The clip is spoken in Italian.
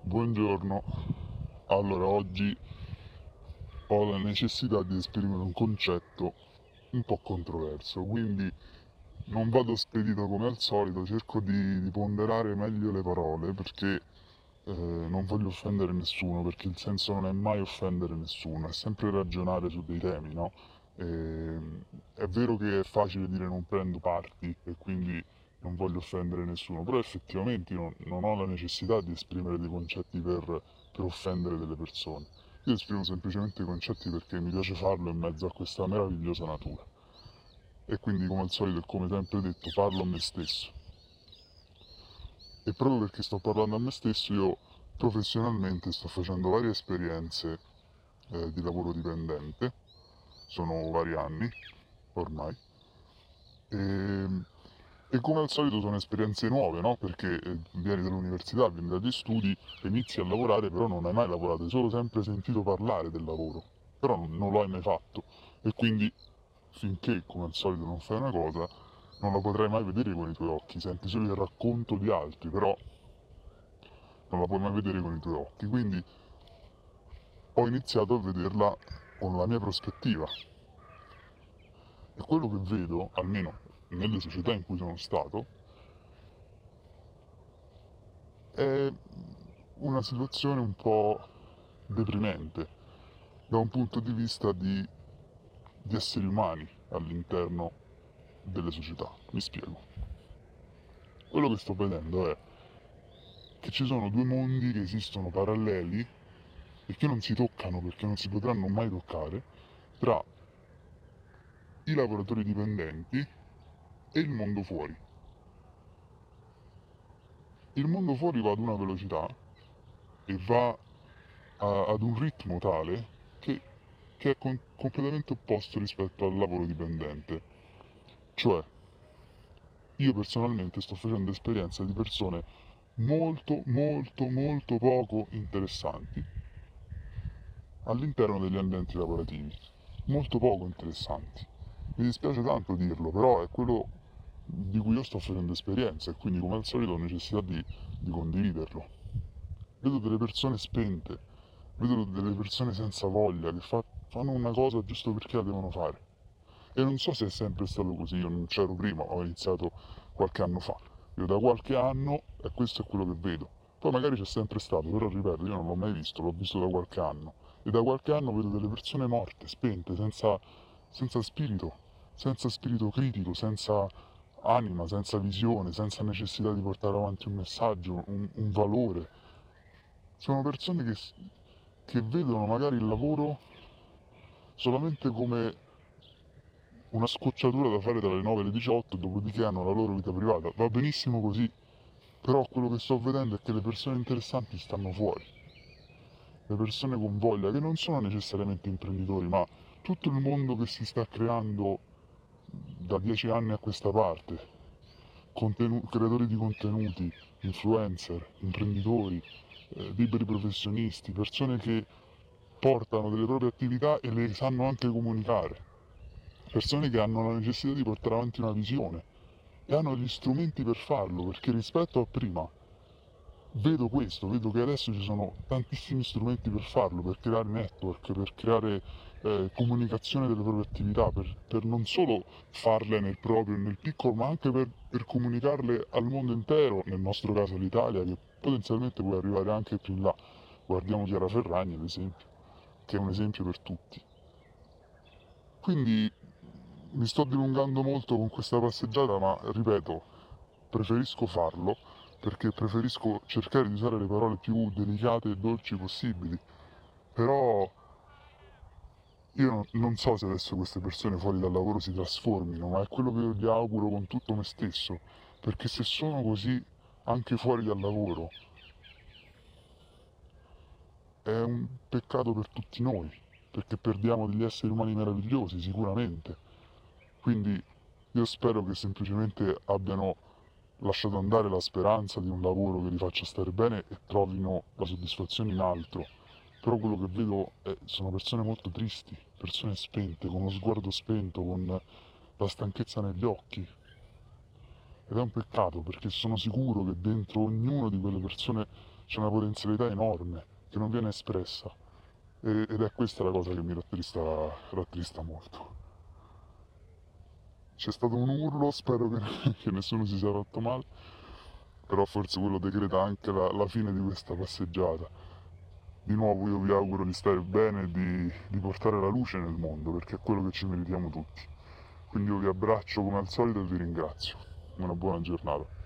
Buongiorno. Allora, oggi ho la necessità di esprimere un concetto un po' controverso, quindi non vado spedito come al solito, cerco di ponderare meglio le parole perché non voglio offendere nessuno, perché il senso non è mai offendere nessuno, è sempre ragionare su dei temi, no? È vero che è facile dire non prendo parti e quindi non voglio offendere nessuno, però effettivamente io non ho la necessità di esprimere dei concetti per offendere delle persone. Io esprimo semplicemente i concetti perché mi piace farlo in mezzo a questa meravigliosa natura. E quindi, come al solito e come sempre detto, parlo a me stesso. E proprio perché sto parlando a me stesso, io professionalmente sto facendo varie esperienze di lavoro dipendente, sono vari anni ormai, e, e come al solito sono esperienze nuove, no? Perché vieni dall'università, vieni dagli studi, inizi a lavorare, però non hai mai lavorato, hai solo sempre sentito parlare del lavoro, però non lo hai mai fatto. E quindi finché, come al solito, non fai una cosa, non la potrai mai vedere con i tuoi occhi, senti solo il racconto di altri, però non la puoi mai vedere con i tuoi occhi. Quindi ho iniziato a vederla con la mia prospettiva. E quello che vedo, almeno nelle società in cui sono stato, è una situazione un po' deprimente da un punto di vista di esseri umani all'interno delle società. Mi spiego. Quello che sto vedendo è che ci sono due mondi che esistono paralleli e che non si toccano perché non si potranno mai toccare tra i lavoratori dipendenti e il mondo fuori. Il mondo fuori va ad una velocità e va ad un ritmo tale che, che è completamente opposto rispetto al lavoro dipendente. Cioè, io personalmente sto facendo esperienze di persone molto poco interessanti all'interno degli ambienti lavorativi, molto poco interessanti. Mi dispiace tanto dirlo, però è quello di cui io sto facendo esperienza e quindi come al solito ho necessità di condividerlo. Vedo delle persone spente, vedo delle persone senza voglia che fanno una cosa giusto perché la devono fare. E non so se è sempre stato così, io non c'ero prima, ho iniziato qualche anno fa. Io da qualche anno e questo è quello che vedo. Poi magari c'è sempre stato, però ripeto, io non l'ho mai visto, l'ho visto da qualche anno. E da qualche anno vedo delle persone morte, spente, senza senza spirito critico, senza anima, senza visione, senza necessità di portare avanti un messaggio, un valore. Sono persone che vedono magari il lavoro solamente come una scocciatura da fare tra le 9 e le 18, dopodiché hanno la loro vita privata. Va benissimo così, però quello che sto vedendo è che le persone interessanti stanno fuori. Le persone con voglia, che non sono necessariamente imprenditori, ma tutto il mondo che si sta creando da 10 anni a questa parte, creatori di contenuti, influencer, imprenditori, liberi professionisti, persone che portano delle proprie attività e le sanno anche comunicare, persone che hanno la necessità di portare avanti una visione e hanno gli strumenti per farlo, perché rispetto a prima vedo questo, vedo che adesso ci sono tantissimi strumenti per farlo, per creare network, per creare comunicazione delle proprie attività, per non solo farle nel proprio e nel piccolo, ma anche per comunicarle al mondo intero, nel nostro caso l'Italia, che potenzialmente può arrivare anche più in là. Guardiamo Chiara Ferragni, ad esempio, che è un esempio per tutti. Quindi mi sto dilungando molto con questa passeggiata, ma ripeto, preferisco farlo perché preferisco cercare di usare le parole più delicate e dolci possibili. Però io non so se adesso queste persone fuori dal lavoro si trasformino, ma è quello che io gli auguro con tutto me stesso, perché se sono così anche fuori dal lavoro è un peccato per tutti noi, perché perdiamo degli esseri umani meravigliosi sicuramente. Quindi io spero che semplicemente abbiano lasciato andare la speranza di un lavoro che li faccia stare bene e trovino la soddisfazione in altro. Però quello che vedo sono persone molto tristi, persone spente, con lo sguardo spento, con la stanchezza negli occhi. Ed è un peccato perché sono sicuro che dentro ognuna di quelle persone c'è una potenzialità enorme che non viene espressa ed è questa la cosa che mi rattrista molto. C'è stato un urlo, spero che nessuno si sia fatto male, però forse quello decreta anche la fine di questa passeggiata. Di nuovo io vi auguro di stare bene e di portare la luce nel mondo, perché è quello che ci meritiamo tutti. Quindi io vi abbraccio come al solito e vi ringrazio. Una buona giornata.